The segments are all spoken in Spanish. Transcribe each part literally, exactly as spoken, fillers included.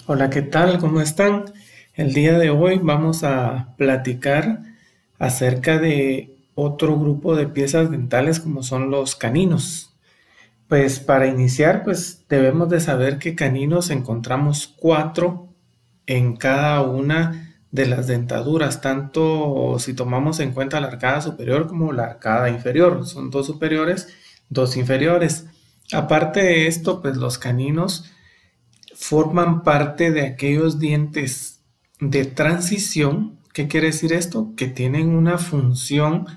Hola, ¿qué tal? ¿Cómo están? El día de hoy vamos a platicar acerca de otro grupo de piezas dentales como son los caninos. Pues para iniciar, pues debemos de saber que caninos encontramos cuatro en cada una de las dentaduras, tanto si tomamos en cuenta la arcada superior como la arcada inferior. Son dos superiores, dos inferiores. Aparte de esto, pues los caninos forman parte de aquellos dientes de transición. ¿Qué quiere decir esto? Que tienen una función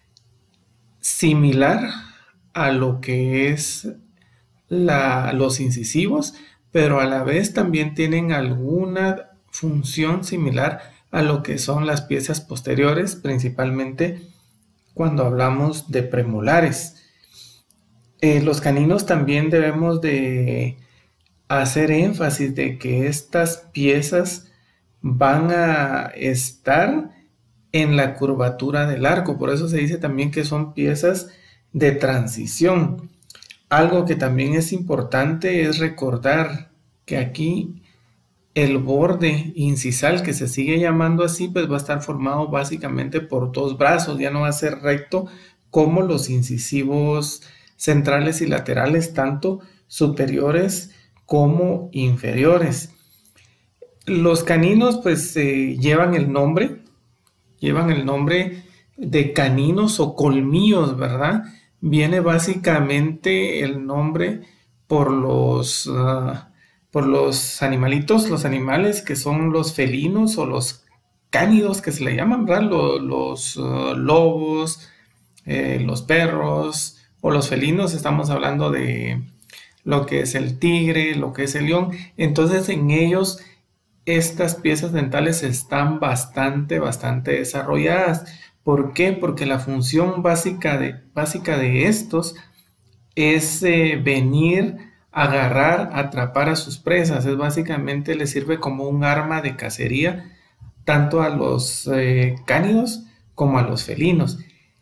similar a lo que es la, los incisivos, pero a la vez también tienen alguna función similar a lo que son las piezas posteriores, principalmente cuando hablamos de premolares. Eh, los caninos también debemos de hacer énfasis de que estas piezas van a estar en la curvatura del arco, por eso se dice también que son piezas de transición. Algo que también es importante es recordar que aquí el borde incisal, que se sigue llamando así, pues va a estar formado básicamente por dos brazos, ya no va a ser recto como los incisivos centrales y laterales, tanto superiores como inferiores. Los caninos pues eh, llevan el nombre, llevan el nombre de caninos o colmillos, ¿verdad? Viene básicamente el nombre por los, uh, por los animalitos, los animales que son los felinos o los cánidos que se le llaman, ¿verdad? Los, los uh, lobos, eh, los perros o los felinos, estamos hablando de lo que es el tigre, lo que es el león. Entonces en ellos estas piezas dentales están bastante, bastante desarrolladas. ¿Por qué? Porque la función básica de, básica de estos es eh, venir, agarrar, atrapar a sus presas. Es básicamente les sirve como un arma de cacería tanto a los eh, cánidos como a los felinos.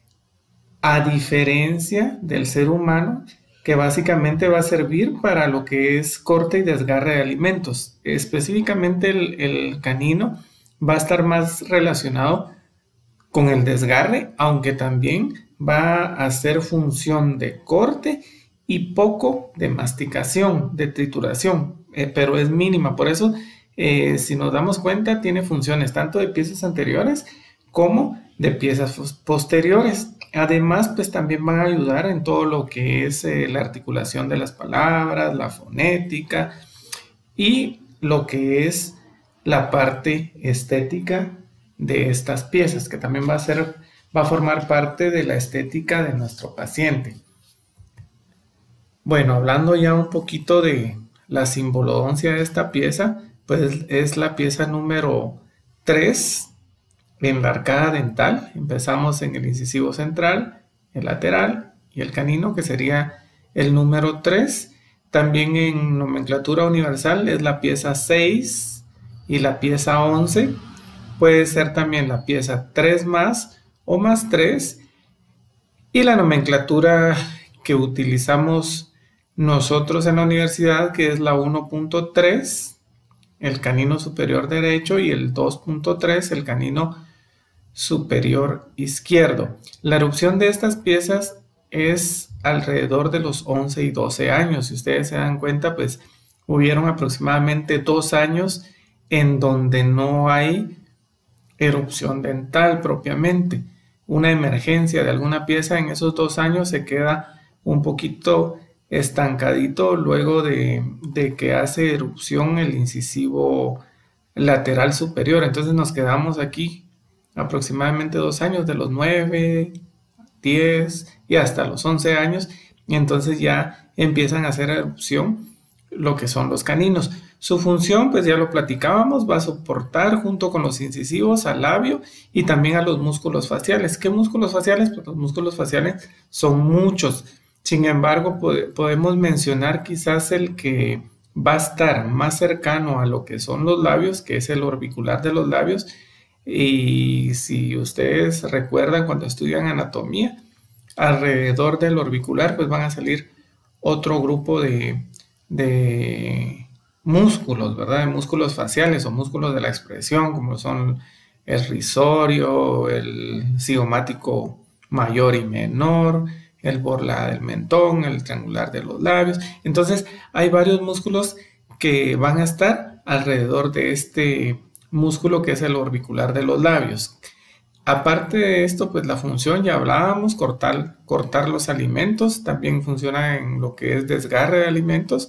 A diferencia del ser humano, que básicamente va a servir para lo que es corte y desgarre de alimentos. Específicamente el, el canino va a estar más relacionado con el desgarre, aunque también va a hacer función de corte y poco de masticación, de trituración, eh, pero es mínima. Por eso, eh, si nos damos cuenta, tiene funciones tanto de piezas anteriores como de piezas posteriores. Además, pues también van a ayudar en todo lo que es eh, la articulación de las palabras, la fonética y lo que es la parte estética de estas piezas, que también va a ser, va a formar parte de la estética de nuestro paciente. Bueno, hablando ya un poquito de la simbolodoncia de esta pieza, pues es la pieza número tres en la arcada dental. Empezamos en el incisivo central, el lateral y el canino, que sería el número tres. También en nomenclatura universal es la pieza seis y la pieza once. Puede ser también la pieza tres más o más tres. Y la nomenclatura que utilizamos nosotros en la universidad, que es la uno punto tres, el canino superior derecho, y el dos punto tres, el canino superior izquierdo. La erupción de estas piezas es alrededor de los once y doce años. Si ustedes se dan cuenta, pues hubieron aproximadamente dos años en donde no hay erupción dental propiamente. Una emergencia de alguna pieza en esos dos años se queda un poquito estancadito luego de, de que hace erupción el incisivo lateral superior. Entonces nos quedamos aquí aproximadamente dos años, de los nueve, diez y hasta los once años, y entonces ya empiezan a hacer erupción lo que son los caninos. Su función, pues ya lo platicábamos, va a soportar junto con los incisivos al labio y también a los músculos faciales. ¿Qué músculos faciales? Pues los músculos faciales son muchos. Sin embargo, pod podemos mencionar quizás el que va a estar más cercano a lo que son los labios, que es el orbicular de los labios. Y si ustedes recuerdan cuando estudian anatomía, alrededor del orbicular pues van a salir otro grupo de, de músculos, ¿verdad? Músculos faciales o músculos de la expresión, como son el risorio, el cigomático mayor y menor, el borla del mentón, el triangular de los labios. Entonces, hay varios músculos que van a estar alrededor de este músculo que es el orbicular de los labios. Aparte de esto, pues la función ya hablábamos, cortar, cortar los alimentos, también funciona en lo que es desgarre de alimentos.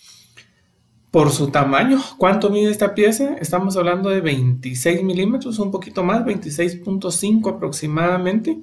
Por su tamaño, ¿cuánto mide esta pieza? Estamos hablando de veintiséis milímetros, un poquito más, veintiséis punto cinco aproximadamente.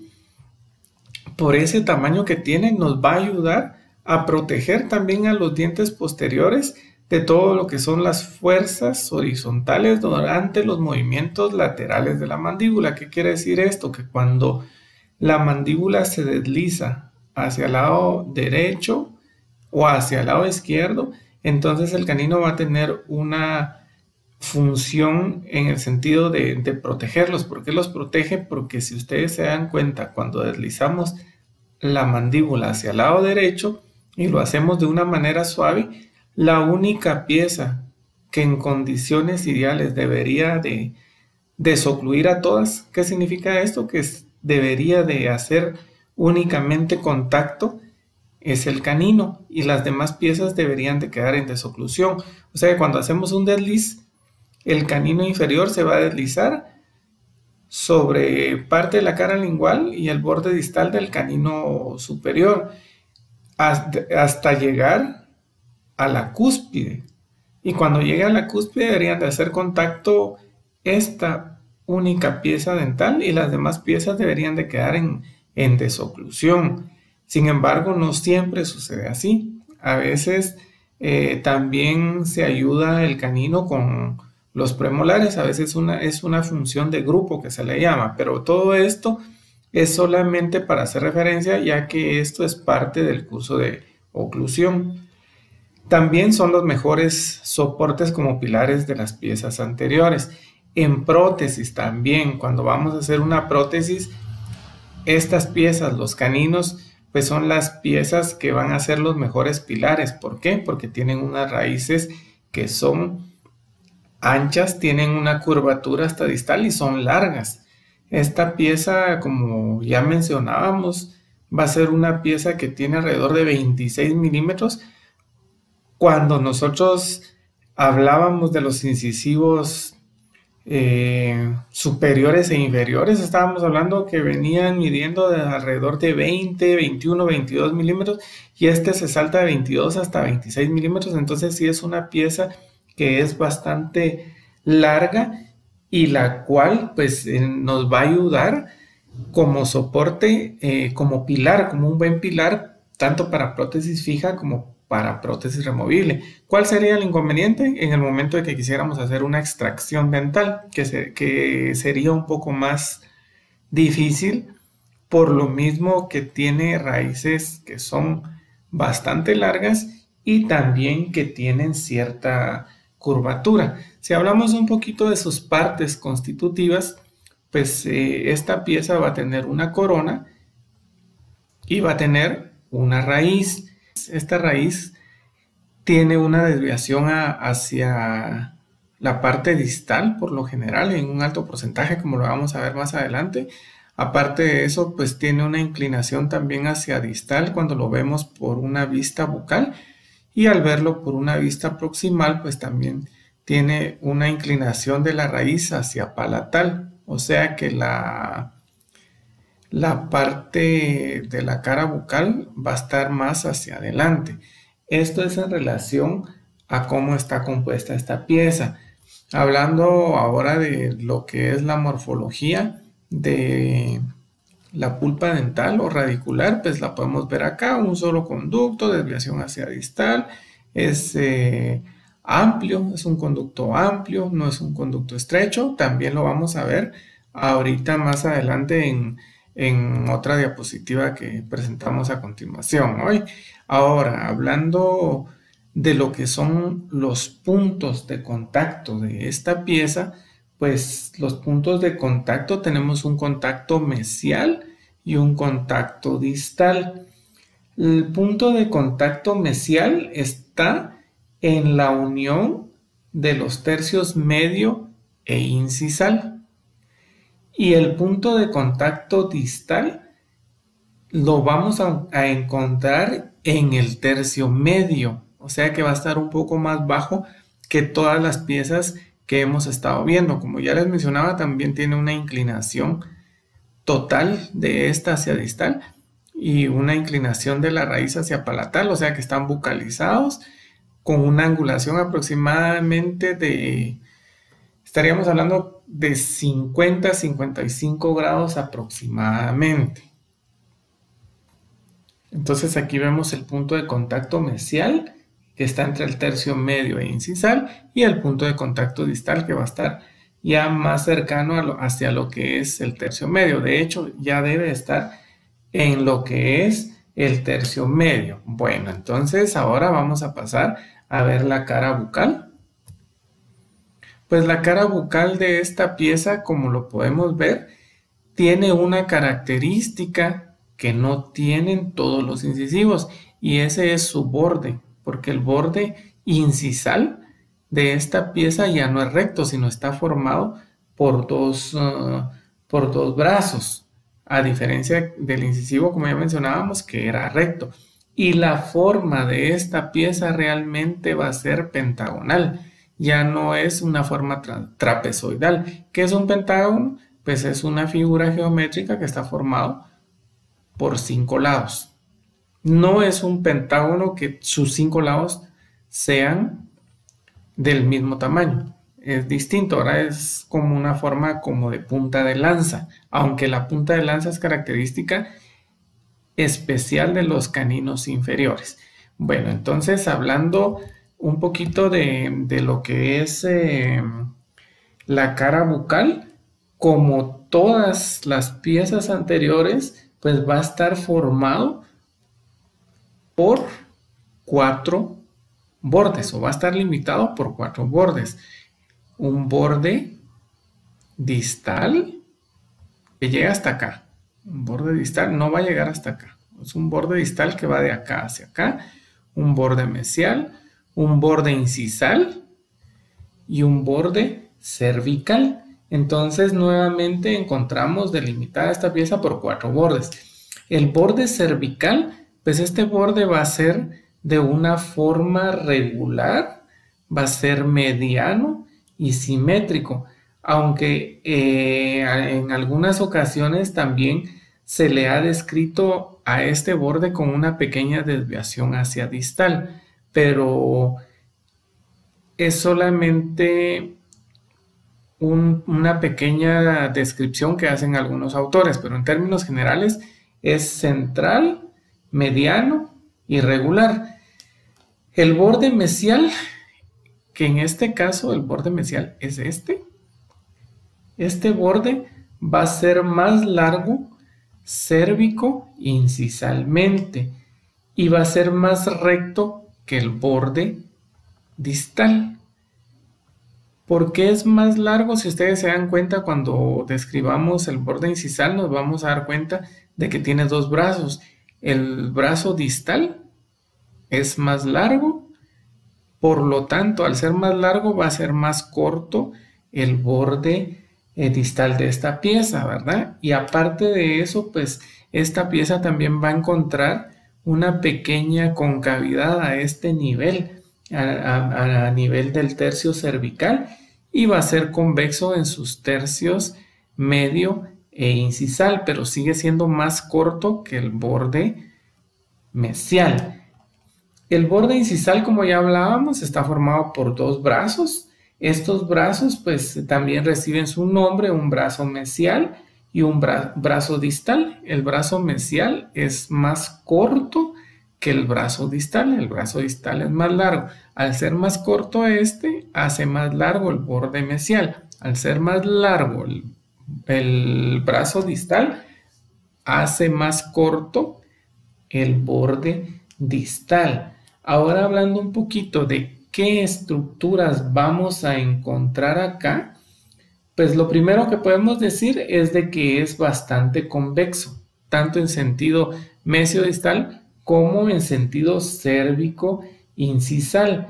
Por ese tamaño que tiene, nos va a ayudar a proteger también a los dientes posteriores de todo lo que son las fuerzas horizontales durante los movimientos laterales de la mandíbula. ¿Qué quiere decir esto? Que cuando la mandíbula se desliza hacia el lado derecho o hacia el lado izquierdo, entonces el canino va a tener una función en el sentido de, de protegerlos. ¿Por qué los protege? Porque si ustedes se dan cuenta, cuando deslizamos la mandíbula hacia el lado derecho y lo hacemos de una manera suave, la única pieza que en condiciones ideales debería de desocluir a todas, ¿qué significa esto? Que debería de hacer únicamente contacto es el canino y las demás piezas deberían de quedar en desoclusión. O sea que cuando hacemos un desliz, el canino inferior se va a deslizar sobre parte de la cara lingual y el borde distal del canino superior hasta, hasta llegar a la cúspide. Y cuando llegue a la cúspide deberían de hacer contacto esta única pieza dental y las demás piezas deberían de quedar en, en desoclusión. Sin embargo, no siempre sucede así. A veces eh, también se ayuda el canino con los premolares. A veces una, es una función de grupo que se le llama, pero todo esto es solamente para hacer referencia, ya que esto es parte del curso de oclusión. También son los mejores soportes como pilares de las piezas anteriores. En prótesis también, cuando vamos a hacer una prótesis, estas piezas, los caninos, pues son las piezas que van a ser los mejores pilares. ¿Por qué? Porque tienen unas raíces que son anchas, tienen una curvatura hasta distal y son largas. Esta pieza, como ya mencionábamos, va a ser una pieza que tiene alrededor de veintiséis milímetros. Cuando nosotros hablábamos de los incisivos eh, superiores e inferiores, estábamos hablando que venían midiendo de alrededor de veinte, veintiuno, veintidós milímetros y este se salta de veintidós hasta veintiséis milímetros. Entonces sí es una pieza que es bastante larga y la cual pues eh, nos va a ayudar como soporte, eh, como pilar, como un buen pilar, tanto para prótesis fija como para prótesis removible. ¿Cuál sería el inconveniente? En el momento de que quisiéramos hacer una extracción dental, que, se, que sería un poco más difícil, por lo mismo que tiene raíces que son bastante largas y también que tienen cierta curvatura. Si hablamos un poquito de sus partes constitutivas, pues eh, esta pieza va a tener una corona y va a tener una raíz. Esta raíz tiene una desviación a, hacia la parte distal por lo general en un alto porcentaje, como lo vamos a ver más adelante. Aparte de eso, pues tiene una inclinación también hacia distal cuando lo vemos por una vista bucal y al verlo por una vista proximal, pues también tiene una inclinación de la raíz hacia palatal, o sea que la la parte de la cara bucal va a estar más hacia adelante. Esto es en relación a cómo está compuesta esta pieza. Hablando ahora de lo que es la morfología de la pulpa dental o radicular, pues la podemos ver acá, un solo conducto, desviación hacia distal, es eh, amplio, es un conducto amplio, no es un conducto estrecho, también lo vamos a ver ahorita más adelante en en otra diapositiva que presentamos a continuación hoy. Ahora, hablando de lo que son los puntos de contacto de esta pieza, pues los puntos de contacto tenemos un contacto mesial y un contacto distal. El punto de contacto mesial está en la unión de los tercios medio e incisal. Y el punto de contacto distal lo vamos a, a encontrar en el tercio medio, o sea que va a estar un poco más bajo que todas las piezas que hemos estado viendo. Como ya les mencionaba, también tiene una inclinación total de esta hacia distal y una inclinación de la raíz hacia palatal, o sea que están bucalizados con una angulación aproximadamente de, estaríamos hablando de cincuenta a cincuenta y cinco grados aproximadamente. Entonces aquí vemos el punto de contacto mesial que está entre el tercio medio e incisal y el punto de contacto distal que va a estar ya más cercano a lo, hacia lo que es el tercio medio. De hecho, ya debe estar en lo que es el tercio medio. Bueno, entonces ahora vamos a pasar a ver la cara bucal. Pues la cara bucal de esta pieza, como lo podemos ver, tiene una característica que no tienen todos los incisivos, y ese es su borde, porque el borde incisal de esta pieza ya no es recto, sino está formado por dos, uh, por dos brazos, a diferencia del incisivo, como ya mencionábamos, que era recto. Y la forma de esta pieza realmente va a ser pentagonal, ya no es una forma tra trapezoidal. ¿Qué es un pentágono? Pues es una figura geométrica que está formado por cinco lados. No es un pentágono que sus cinco lados sean del mismo tamaño. Es distinto, ahora es como una forma como de punta de lanza, aunque la punta de lanza es característica especial de los caninos inferiores. Bueno, entonces hablando un poquito de, de lo que es eh, la cara bucal, como todas las piezas anteriores, pues va a estar formado por cuatro bordes, o va a estar limitado por cuatro bordes. Un borde distal que llega hasta acá. Un borde distal no va a llegar hasta acá. Es un borde distal que va de acá hacia acá. Un borde mesial, un borde incisal y un borde cervical. Entonces nuevamente encontramos delimitada esta pieza por cuatro bordes. El borde cervical, pues este borde va a ser de una forma regular, va a ser mediano y simétrico, aunque eh, en algunas ocasiones también se le ha descrito a este borde con una pequeña desviación hacia distal, pero es solamente Un, una pequeña descripción que hacen algunos autores, pero en términos generales es central, mediano y regular. El borde mesial, que en este caso el borde mesial es este, este borde va a ser más largo cérvico incisalmente y va a ser más recto que el borde distal. ¿Por qué es más largo? Si ustedes se dan cuenta, cuando describamos el borde incisal nos vamos a dar cuenta de que tiene dos brazos. El brazo distal es más largo, por lo tanto, al ser más largo va a ser más corto el borde eh, distal de esta pieza, ¿verdad? Y aparte de eso, pues esta pieza también va a encontrar una pequeña concavidad a este nivel, a, a, a nivel del tercio cervical, y va a ser convexo en sus tercios medio e incisal, pero sigue siendo más corto que el borde mesial. El borde incisal, como ya hablábamos, está formado por dos brazos. Estos brazos pues también reciben su nombre, un brazo mesial y un bra brazo distal. El brazo mesial es más corto que el brazo distal. El brazo distal es más largo. Al ser más corto este, hace más largo el borde mesial. Al ser más largo el, el brazo distal, hace más corto el borde distal. Ahora hablando un poquito de qué estructuras vamos a encontrar acá, pues lo primero que podemos decir es de que es bastante convexo, tanto en sentido mesiodistal como en sentido cérvico incisal.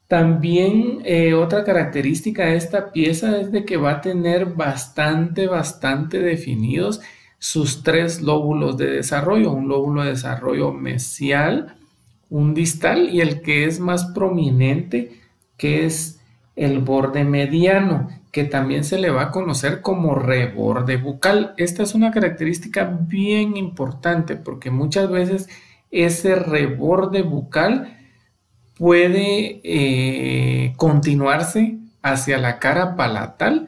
También eh, otra característica de esta pieza es de que va a tener bastante, bastante definidos sus tres lóbulos de desarrollo, un lóbulo de desarrollo mesial, un distal y el que es más prominente, que es el borde mediano, que también se le va a conocer como reborde bucal. Esta es una característica bien importante porque muchas veces ese reborde bucal puede eh, continuarse hacia la cara palatal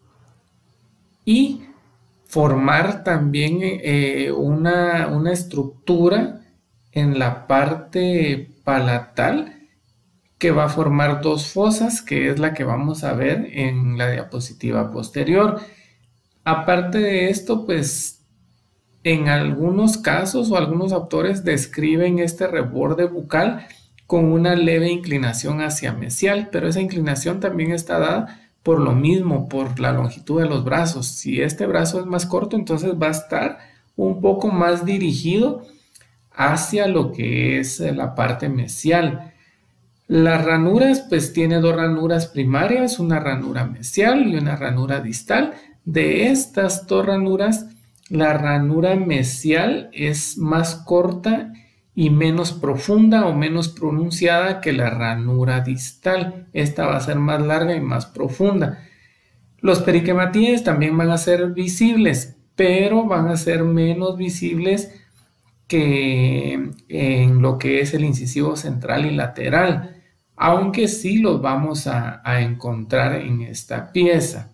y formar también eh, una, una estructura en la parte palatal que va a formar dos fosas, que es la que vamos a ver en la diapositiva posterior. Aparte de esto, pues en algunos casos o algunos autores describen este reborde bucal con una leve inclinación hacia mesial, pero esa inclinación también está dada por lo mismo, por la longitud de los brazos. Si este brazo es más corto, entonces va a estar un poco más dirigido hacia lo que es la parte mesial. Las ranuras, pues tiene dos ranuras primarias, una ranura mesial y una ranura distal. De estas dos ranuras, la ranura mesial es más corta y menos profunda o menos pronunciada que la ranura distal. Esta va a ser más larga y más profunda. Los periquematíes también van a ser visibles, pero van a ser menos visibles que en lo que es el incisivo central y lateral, aunque sí los vamos a, a encontrar en esta pieza.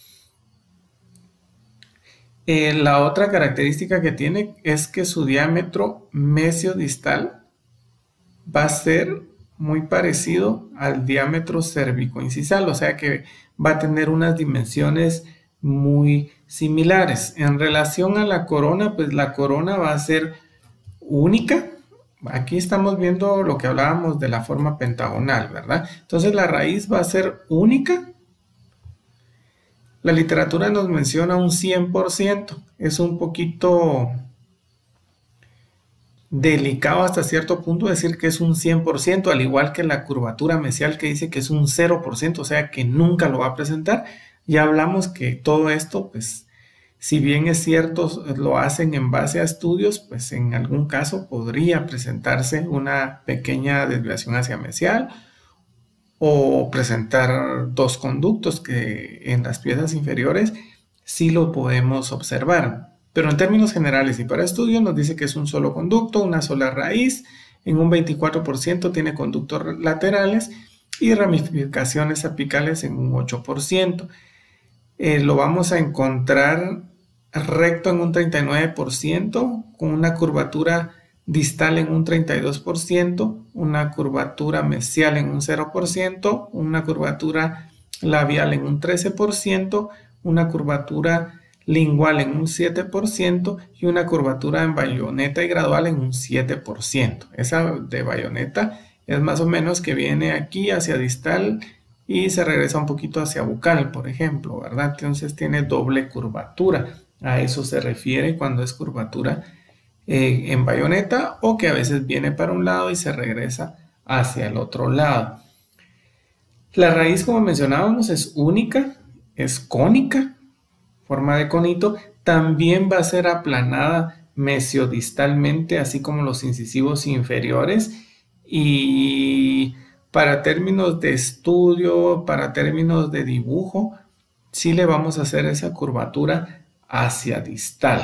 Eh, la otra característica que tiene es que su diámetro mesiodistal va a ser muy parecido al diámetro cervicoincisal, o sea que va a tener unas dimensiones muy similares. En relación a la corona, pues la corona va a ser única. Aquí estamos viendo lo que hablábamos de la forma pentagonal, ¿verdad? Entonces la raíz va a ser única. La literatura nos menciona un cien por ciento. Es un poquito delicado hasta cierto punto decir que es un cien por ciento, al igual que la curvatura mesial que dice que es un cero por ciento, o sea que nunca lo va a presentar. Ya hablamos que todo esto, pues, si bien es cierto, lo hacen en base a estudios, pues en algún caso podría presentarse una pequeña desviación hacia mesial o presentar dos conductos que en las piezas inferiores sí lo podemos observar. Pero en términos generales y para estudio nos dice que es un solo conducto, una sola raíz, en un veinticuatro por ciento tiene conductos laterales y ramificaciones apicales en un ocho por ciento. Eh, lo vamos a encontrar recto en un treinta y nueve por ciento, con una curvatura distal en un treinta y dos por ciento, una curvatura mesial en un cero por ciento, una curvatura labial en un trece por ciento, una curvatura lingual en un siete por ciento y una curvatura en bayoneta y gradual en un siete por ciento. Esa de bayoneta es más o menos que viene aquí hacia distal y se regresa un poquito hacia bucal, por ejemplo, ¿verdad? Entonces tiene doble curvatura. A eso se refiere cuando es curvatura eh, en bayoneta o que a veces viene para un lado y se regresa hacia el otro lado. La raíz, como mencionábamos, es única, es cónica, forma de conito. También va a ser aplanada mesiodistalmente, así como los incisivos inferiores. Y para términos de estudio, para términos de dibujo, sí le vamos a hacer esa curvatura hacia distal.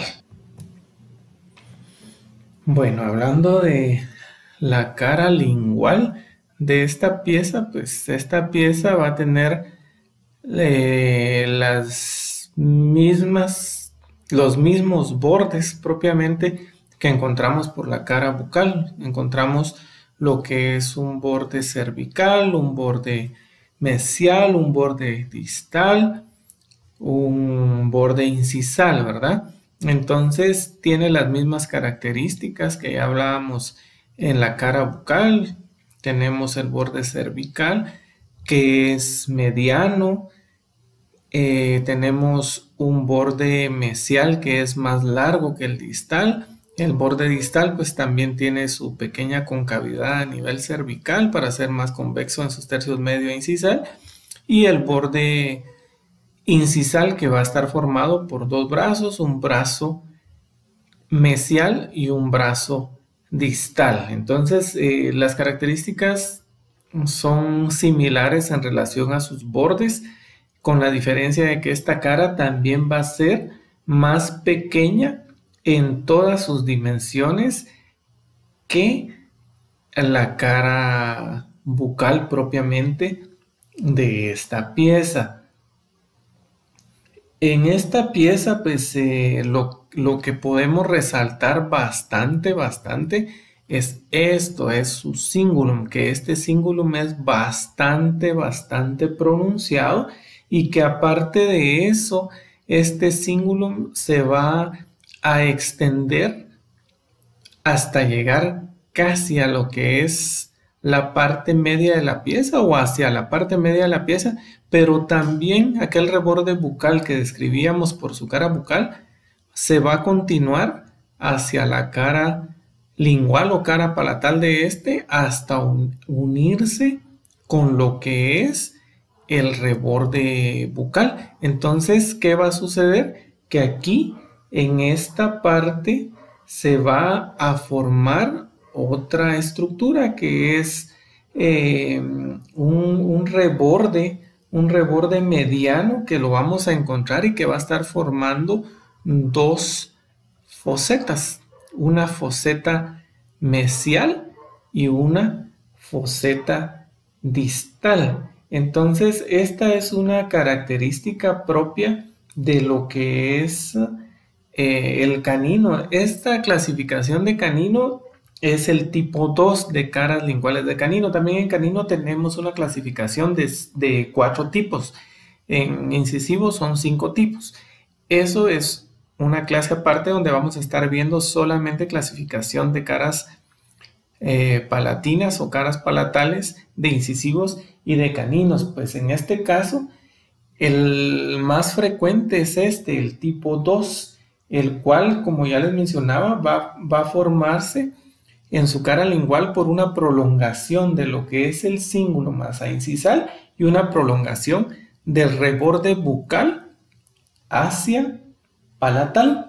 Bueno, hablando de la cara lingual de esta pieza, pues esta pieza va a tener eh, las mismas, los mismos bordes propiamente que encontramos por la cara bucal. Encontramos lo que es un borde cervical, un borde mesial, un borde distal, un borde incisal, ¿verdad? Entonces tiene las mismas características que ya hablábamos en la cara bucal. Tenemos el borde cervical que es mediano. Eh, tenemos un borde mesial que es más largo que el distal El borde distal pues también tiene su pequeña concavidad a nivel cervical para ser más convexo en sus tercios medio e incisal, y el borde incisal que va a estar formado por dos brazos, un brazo mesial y un brazo distal. Entonces, eh, las características son similares en relación a sus bordes, con la diferencia de que esta cara también va a ser más pequeña en todas sus dimensiones que la cara bucal propiamente de esta pieza. En esta pieza, pues eh, lo, lo que podemos resaltar bastante, bastante es esto, es su cingulum, que este cingulum es bastante, bastante pronunciado, y que aparte de eso, este cingulum se va a extender hasta llegar casi a lo que es la parte media de la pieza o hacia la parte media de la pieza, pero también aquel reborde bucal que describíamos por su cara bucal se va a continuar hacia la cara lingual o cara palatal de este hasta un, unirse con lo que es el reborde bucal. Entonces, ¿qué va a suceder? Que aquí en esta parte se va a formar otra estructura que es eh, un, un reborde, un reborde mediano que lo vamos a encontrar y que va a estar formando dos fosetas, una foseta mesial y una foseta distal. Entonces, esta es una característica propia de lo que es eh, el canino. Esta clasificación de canino es el tipo dos de caras linguales de canino. También en canino tenemos una clasificación de, de cuatro tipos. En incisivo son cinco tipos. Eso es una clase aparte donde vamos a estar viendo solamente clasificación de caras eh, palatinas o caras palatales, de incisivos y de caninos. Pues en este caso, el más frecuente es este, el tipo dos, el cual, como ya les mencionaba, va, va a formarse en su cara lingual por una prolongación de lo que es el cíngulo masa incisal y una prolongación del reborde bucal hacia palatal,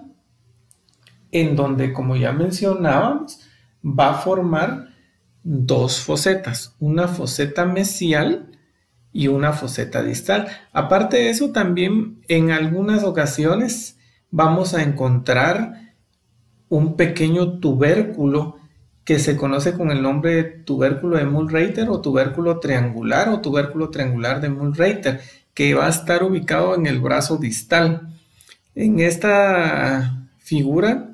en donde, como ya mencionábamos, va a formar dos fosetas, una foseta mesial y una foseta distal. Aparte de eso, también en algunas ocasiones vamos a encontrar un pequeño tubérculo que se conoce con el nombre de tubérculo de Mühlreuter o tubérculo triangular o tubérculo triangular de Mühlreuter, que va a estar ubicado en el brazo distal. En esta figura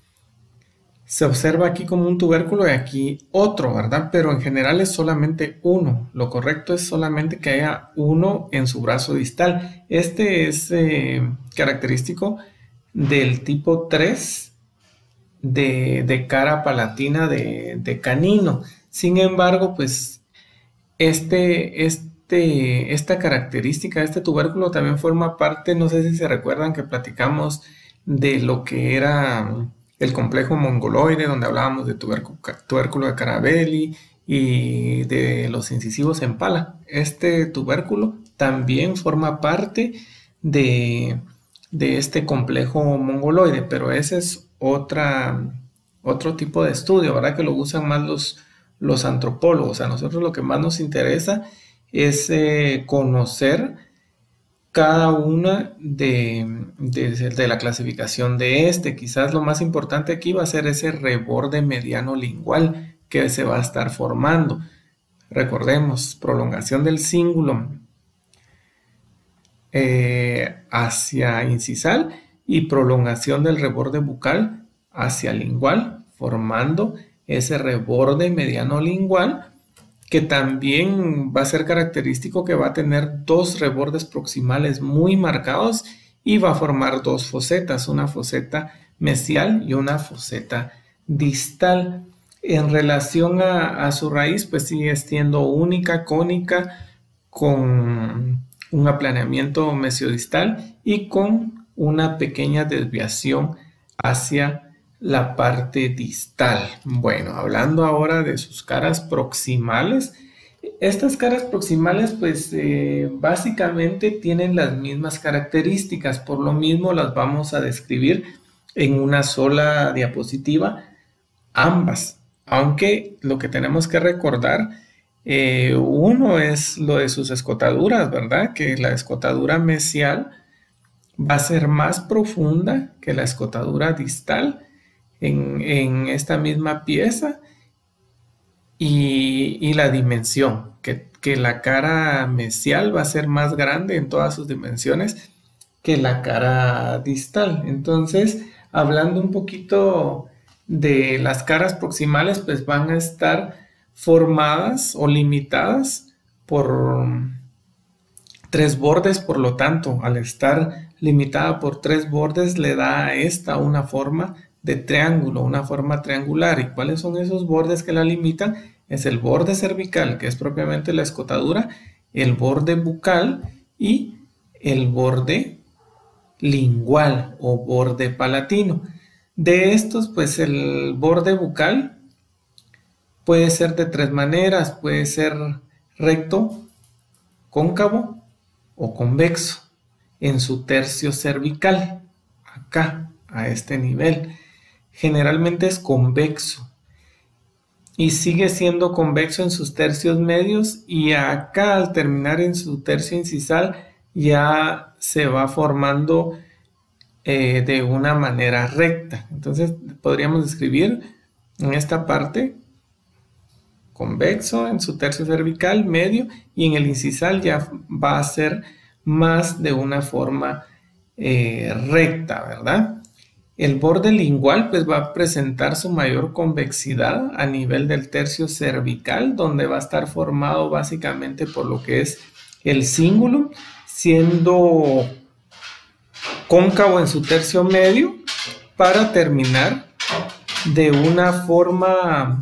se observa aquí como un tubérculo y aquí otro, ¿verdad? Pero en general es solamente uno. Lo correcto es solamente que haya uno en su brazo distal. Este es eh, característico del tipo tres de, de cara palatina de, de canino. Sin embargo, pues este, este, esta característica, este tubérculo también forma parte, no sé si se recuerdan que platicamos de lo que era el complejo mongoloide, donde hablábamos de tubérculo, tubérculo de Carabelli y de los incisivos en pala. Este tubérculo también forma parte de, de este complejo mongoloide, pero ese es otra, otro tipo de estudio, ¿verdad? Que lo usan más los, los antropólogos. A nosotros lo que más nos interesa es eh, conocer cada una de, de, de la clasificación de este. Quizás lo más importante aquí va a ser ese reborde mediano lingual que se va a estar formando. Recordemos, prolongación del cíngulo eh, hacia incisal y prolongación del reborde bucal hacia lingual, formando ese reborde mediano lingual, que también va a ser característico que va a tener dos rebordes proximales muy marcados y va a formar dos fosetas, una foseta mesial y una foseta distal. En relación a, a su raíz, pues sigue siendo única, cónica, con un aplaneamiento mesiodistal y con una pequeña desviación hacia la parte distal. Bueno, hablando ahora de sus caras proximales, estas caras proximales pues eh, básicamente tienen las mismas características, por lo mismo las vamos a describir en una sola diapositiva, ambas, aunque lo que tenemos que recordar, eh, uno es lo de sus escotaduras, ¿verdad? Que la escotadura mesial va a ser más profunda que la escotadura distal en, en esta misma pieza y, y la dimensión, que, que la cara mesial va a ser más grande en todas sus dimensiones que la cara distal. Entonces, hablando un poquito de las caras proximales, pues van a estar formadas o limitadas por tres bordes, por lo tanto, al estar limitada por tres bordes, le da a esta una forma de triángulo, una forma triangular. ¿Y cuáles son esos bordes que la limitan? Es el borde cervical, que es propiamente la escotadura, el borde bucal y el borde lingual o borde palatino. De estos, pues el borde bucal puede ser de tres maneras, puede ser recto, cóncavo o convexo en su tercio cervical, acá, a este nivel. Generalmente es convexo y sigue siendo convexo en sus tercios medios, y acá al terminar en su tercio incisal ya se va formando eh, de una manera recta. Entonces podríamos describir en esta parte convexo en su tercio cervical medio, y en el incisal ya va a ser más de una forma eh, recta, ¿verdad? El borde lingual pues va a presentar su mayor convexidad a nivel del tercio cervical, donde va a estar formado básicamente por lo que es el cingulum, siendo cóncavo en su tercio medio para terminar de una forma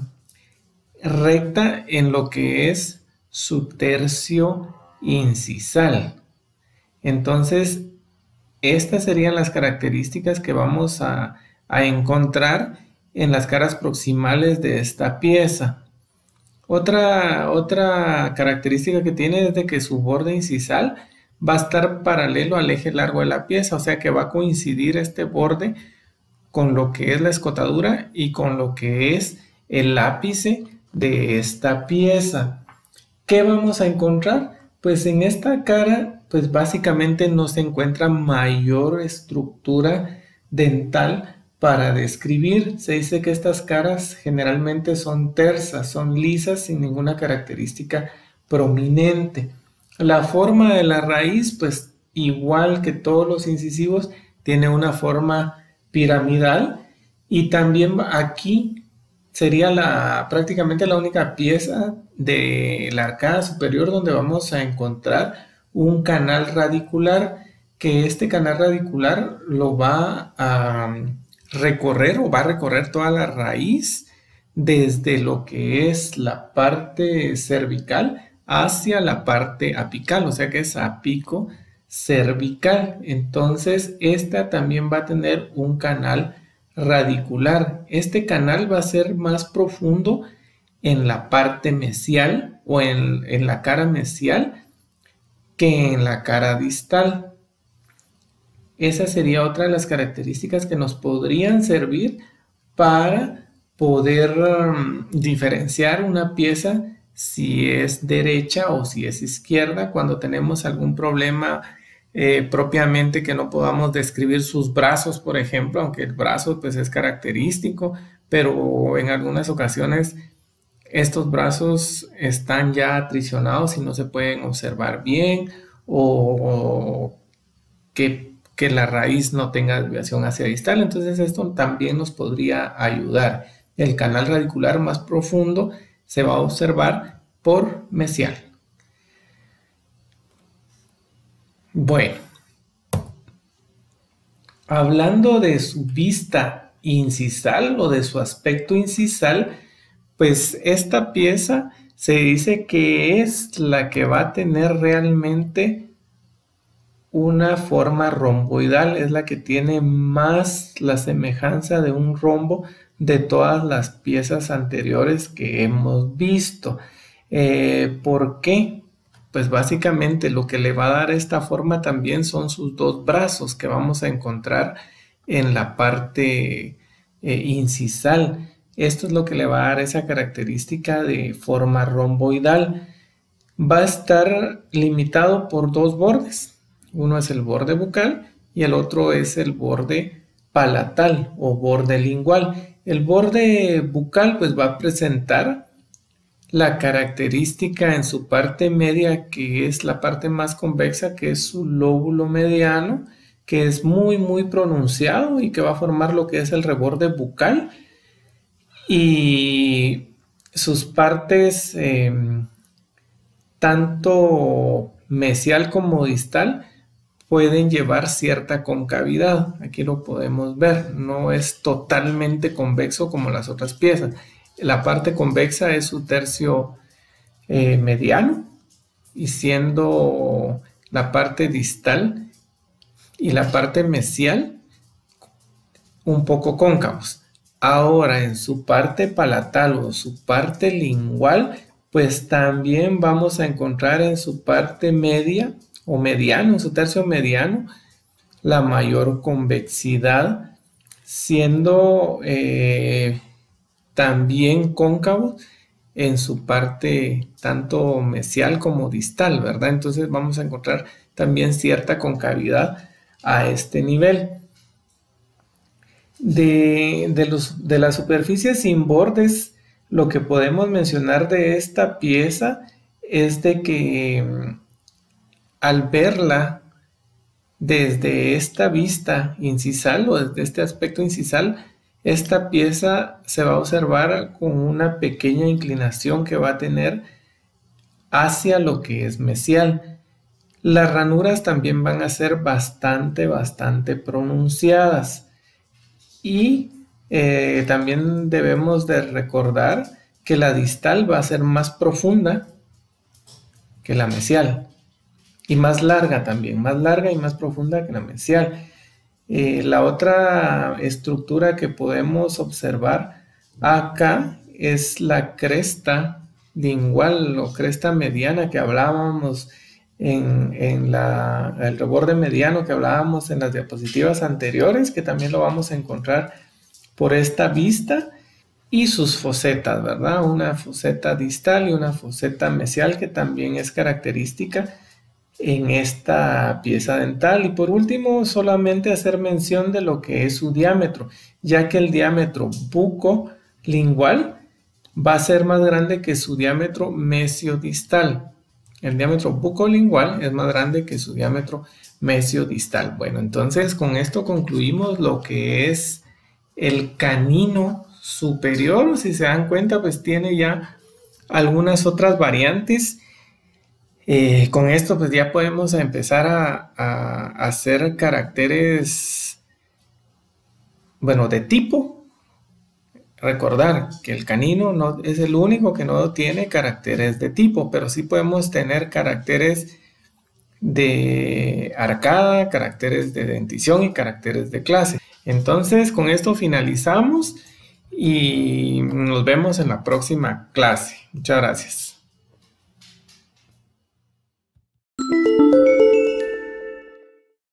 recta en lo que es su tercio incisal. Entonces, estas serían las características que vamos a, a encontrar en las caras proximales de esta pieza. Otra, otra característica que tiene es de que su borde incisal va a estar paralelo al eje largo de la pieza, o sea que va a coincidir este borde con lo que es la escotadura y con lo que es el ápice de esta pieza. ¿Qué vamos a encontrar? Pues en esta cara, pues básicamente no se encuentra mayor estructura dental para describir. Se dice que estas caras generalmente son tersas, son lisas sin ninguna característica prominente. La forma de la raíz, pues igual que todos los incisivos, tiene una forma piramidal, y también aquí sería la, prácticamente la única pieza de la arcada superior donde vamos a encontrar un canal radicular, que este canal radicular lo va a recorrer o va a recorrer toda la raíz desde lo que es la parte cervical hacia la parte apical, o sea que es apico cervical. Entonces esta también va a tener un canal radicular. Este canal va a ser más profundo en la parte mesial o en, en la cara mesial que en la cara distal. Esa sería otra de las características que nos podrían servir para poder um, diferenciar una pieza si es derecha o si es izquierda, cuando tenemos algún problema eh, propiamente que no podamos describir sus brazos, por ejemplo, aunque el brazo pues es característico, pero en algunas ocasiones estos brazos están ya atricionados y no se pueden observar bien, o, o que, que la raíz no tenga desviación hacia distal. Entonces esto también nos podría ayudar. El canal radicular más profundo se va a observar por mesial. Bueno, hablando de su vista incisal o de su aspecto incisal, pues esta pieza se dice que es la que va a tener realmente una forma romboidal, es la que tiene más la semejanza de un rombo de todas las piezas anteriores que hemos visto. Eh, ¿por qué? Pues básicamente lo que le va a dar esta forma también son sus dos brazos que vamos a encontrar en la parte eh, incisal. Esto es lo que le va a dar esa característica de forma romboidal. Va a estar limitado por dos bordes. Uno es el borde bucal y el otro es el borde palatal o borde lingual. El borde bucal pues va a presentar la característica en su parte media, que es la parte más convexa, que es su lóbulo mediano, que es muy muy pronunciado y que va a formar lo que es el reborde bucal, y sus partes eh, tanto mesial como distal pueden llevar cierta concavidad. Aquí lo podemos ver, no es totalmente convexo como las otras piezas. La parte convexa es su tercio eh, mediano, y siendo la parte distal y la parte mesial un poco cóncavos. Ahora en su parte palatal o su parte lingual, pues también vamos a encontrar en su parte media o mediano, en su tercio mediano, la mayor convexidad, siendo eh, también cóncavo en su parte tanto mesial como distal, ¿verdad? Entonces vamos a encontrar también cierta concavidad a este nivel. De, de, los, de las superficies sin bordes, lo que podemos mencionar de esta pieza es de que al verla desde esta vista incisal o desde este aspecto incisal, esta pieza se va a observar con una pequeña inclinación que va a tener hacia lo que es mesial. Las ranuras también van a ser bastante, bastante pronunciadas. Y eh, también debemos de recordar que la distal va a ser más profunda que la mesial. Y más larga también, más larga y más profunda que la mesial. Eh, la otra estructura que podemos observar acá es la cresta lingual o cresta mediana que hablábamos en, en la, el reborde mediano que hablábamos en las diapositivas anteriores, que también lo vamos a encontrar por esta vista, y sus fosetas, ¿verdad? Una foseta distal y una foseta mesial que también es característica en esta pieza dental. Y por último, solamente hacer mención de lo que es su diámetro, ya que el diámetro bucolingual va a ser más grande que su diámetro mesiodistal. El diámetro bucolingual es más grande que su diámetro mesiodistal. Bueno, entonces con esto concluimos lo que es el canino superior. Si se dan cuenta, pues tiene ya algunas otras variantes. Eh, con esto pues ya podemos empezar a, a hacer caracteres, bueno, de tipo. Recordar que el canino no es el único que no tiene caracteres de tipo, pero sí podemos tener caracteres de arcada, caracteres de dentición y caracteres de clase. Entonces con esto finalizamos y nos vemos en la próxima clase. Muchas gracias.